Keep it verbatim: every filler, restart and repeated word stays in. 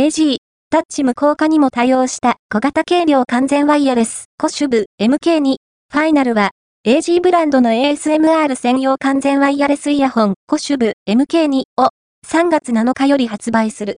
エージー、タッチ無効化にも対応した小型軽量完全ワイヤレス、コシュブ エムケーツー ファイナルは、エージー ブランドの エーエスエムアール 専用完全ワイヤレスイヤホン、コシュブ エムケーツー をさんがつなのかより発売する。